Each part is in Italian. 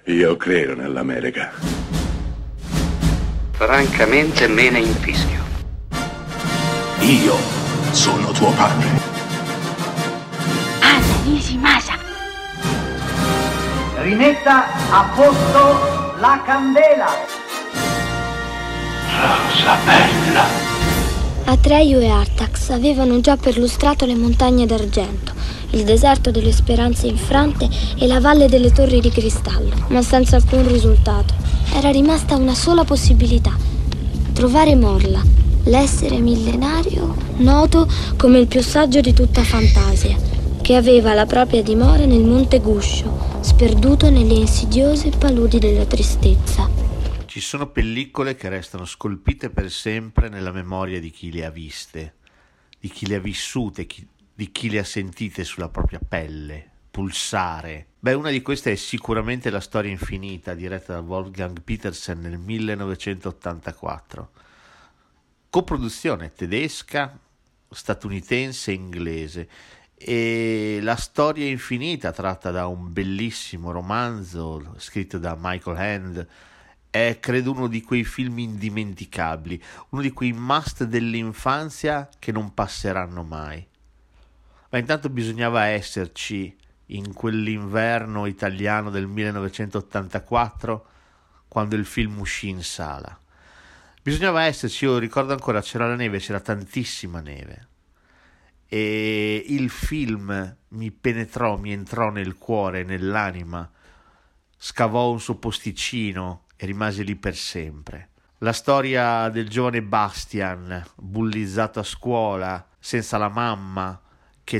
Io credo nell'America. Francamente me ne infischio. Io sono tuo padre. Anna Nishimasa. Rimetta a posto la candela. Rosa bella. Atreyu e Artax avevano già perlustrato le montagne d'argento, il deserto delle speranze infrante e la valle delle torri di cristallo, ma senza alcun risultato. Era rimasta una sola possibilità: trovare Morla, l'essere millenario noto come il più saggio di tutta Fantasia, che aveva la propria dimora nel Monte Guscio, sperduto nelle insidiose paludi della tristezza. Ci sono pellicole che restano scolpite per sempre nella memoria di chi le ha viste, di chi le ha vissute, di chi le ha sentite sulla propria pelle, pulsare. Una di queste è sicuramente La storia infinita, diretta da Wolfgang Petersen nel 1984. Coproduzione tedesca, statunitense e inglese. E La storia infinita, tratta da un bellissimo romanzo scritto da Michael Hand, è credo uno di quei film indimenticabili, uno di quei must dell'infanzia che non passeranno mai. Ma intanto bisognava esserci in quell'inverno italiano del 1984, quando il film uscì in sala. Bisognava esserci, io ricordo ancora, c'era la neve, c'era tantissima neve. E il film mi penetrò, mi entrò nel cuore, nell'anima, scavò un suo posticino e rimase lì per sempre. La storia del giovane Bastian, bullizzato a scuola, senza la mamma, che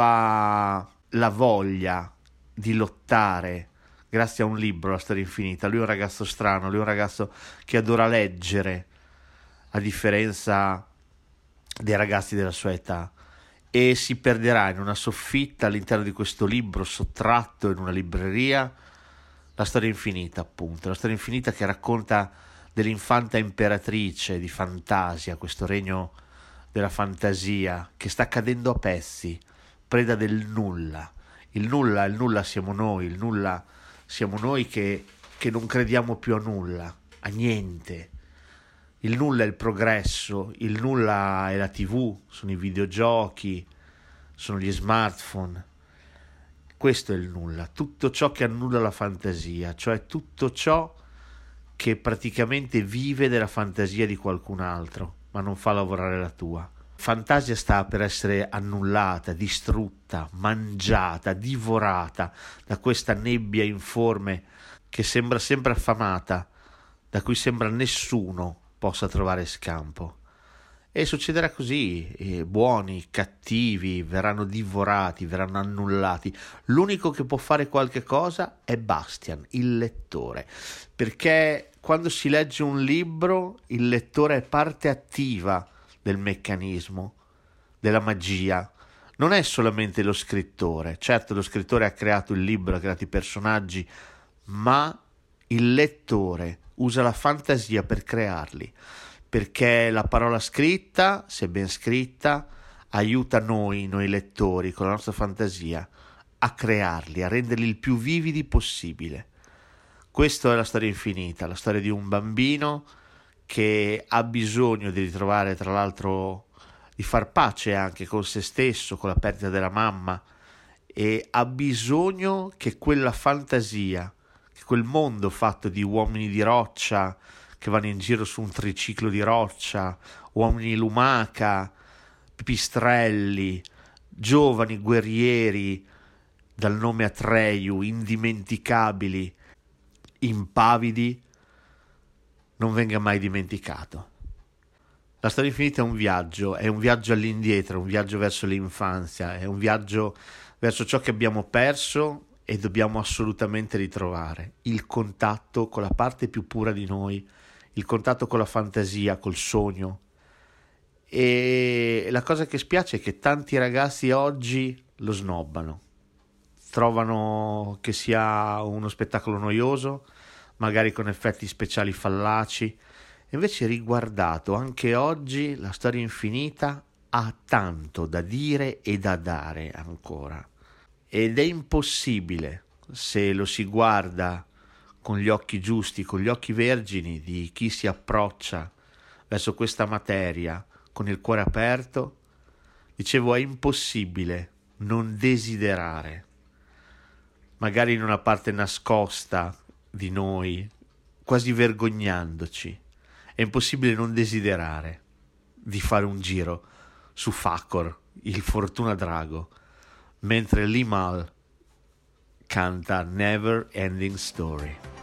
trova la voglia di lottare grazie a un libro, La storia infinita. Lui è un ragazzo strano, lui è un ragazzo che adora leggere, a differenza dei ragazzi della sua età, e si perderà in una soffitta all'interno di questo libro sottratto in una libreria. La storia infinita, appunto, la storia infinita che racconta dell'infanta imperatrice di Fantasia, questo regno della fantasia che sta cadendo a pezzi, preda del nulla. Il nulla siamo noi, il nulla siamo noi che non crediamo più a nulla, a niente. Il nulla è il progresso, il nulla è la TV, sono i videogiochi, sono gli smartphone. Questo è il nulla, tutto ciò che annulla la fantasia, cioè tutto ciò che praticamente vive della fantasia di qualcun altro, ma non fa lavorare la tua. Fantasia sta per essere annullata, distrutta, mangiata, divorata da questa nebbia informe che sembra sempre affamata, da cui sembra nessuno possa trovare scampo. E succederà così, buoni, cattivi verranno divorati, verranno annullati. L'unico che può fare qualche cosa è Bastian, il lettore, perché quando si legge un libro il lettore è parte attiva del meccanismo, della magia. Non è solamente lo scrittore, certo lo scrittore ha creato il libro, ha creato i personaggi, ma il lettore usa la fantasia per crearli, perché la parola scritta, se ben scritta, aiuta noi lettori, con la nostra fantasia, a crearli, a renderli il più vividi possibile. Questa è La storia infinita, la storia di un bambino che ha bisogno di ritrovare, tra l'altro, di far pace anche con se stesso, con la perdita della mamma, e ha bisogno che quella fantasia, che quel mondo fatto di uomini di roccia che vanno in giro su un triciclo di roccia, uomini lumaca, pipistrelli, giovani guerrieri dal nome Atreyu, indimenticabili, impavidi, non venga mai dimenticato. La storia infinita è un viaggio all'indietro, un viaggio verso l'infanzia, è un viaggio verso ciò che abbiamo perso e dobbiamo assolutamente ritrovare, il contatto con la parte più pura di noi, il contatto con la fantasia, col sogno. E la cosa che spiace è che tanti ragazzi oggi lo snobbano, trovano che sia uno spettacolo noioso, magari con effetti speciali fallaci. Invece, riguardato anche oggi, La storia infinita ha tanto da dire e da dare ancora, ed è impossibile, se lo si guarda con gli occhi giusti, con gli occhi vergini di chi si approccia verso questa materia con il cuore aperto, dicevo, è impossibile non desiderare, magari in una parte nascosta di noi, quasi vergognandoci, è impossibile non desiderare di fare un giro su Fakor, il Fortuna Drago, mentre Limahl canta Never Ending Story.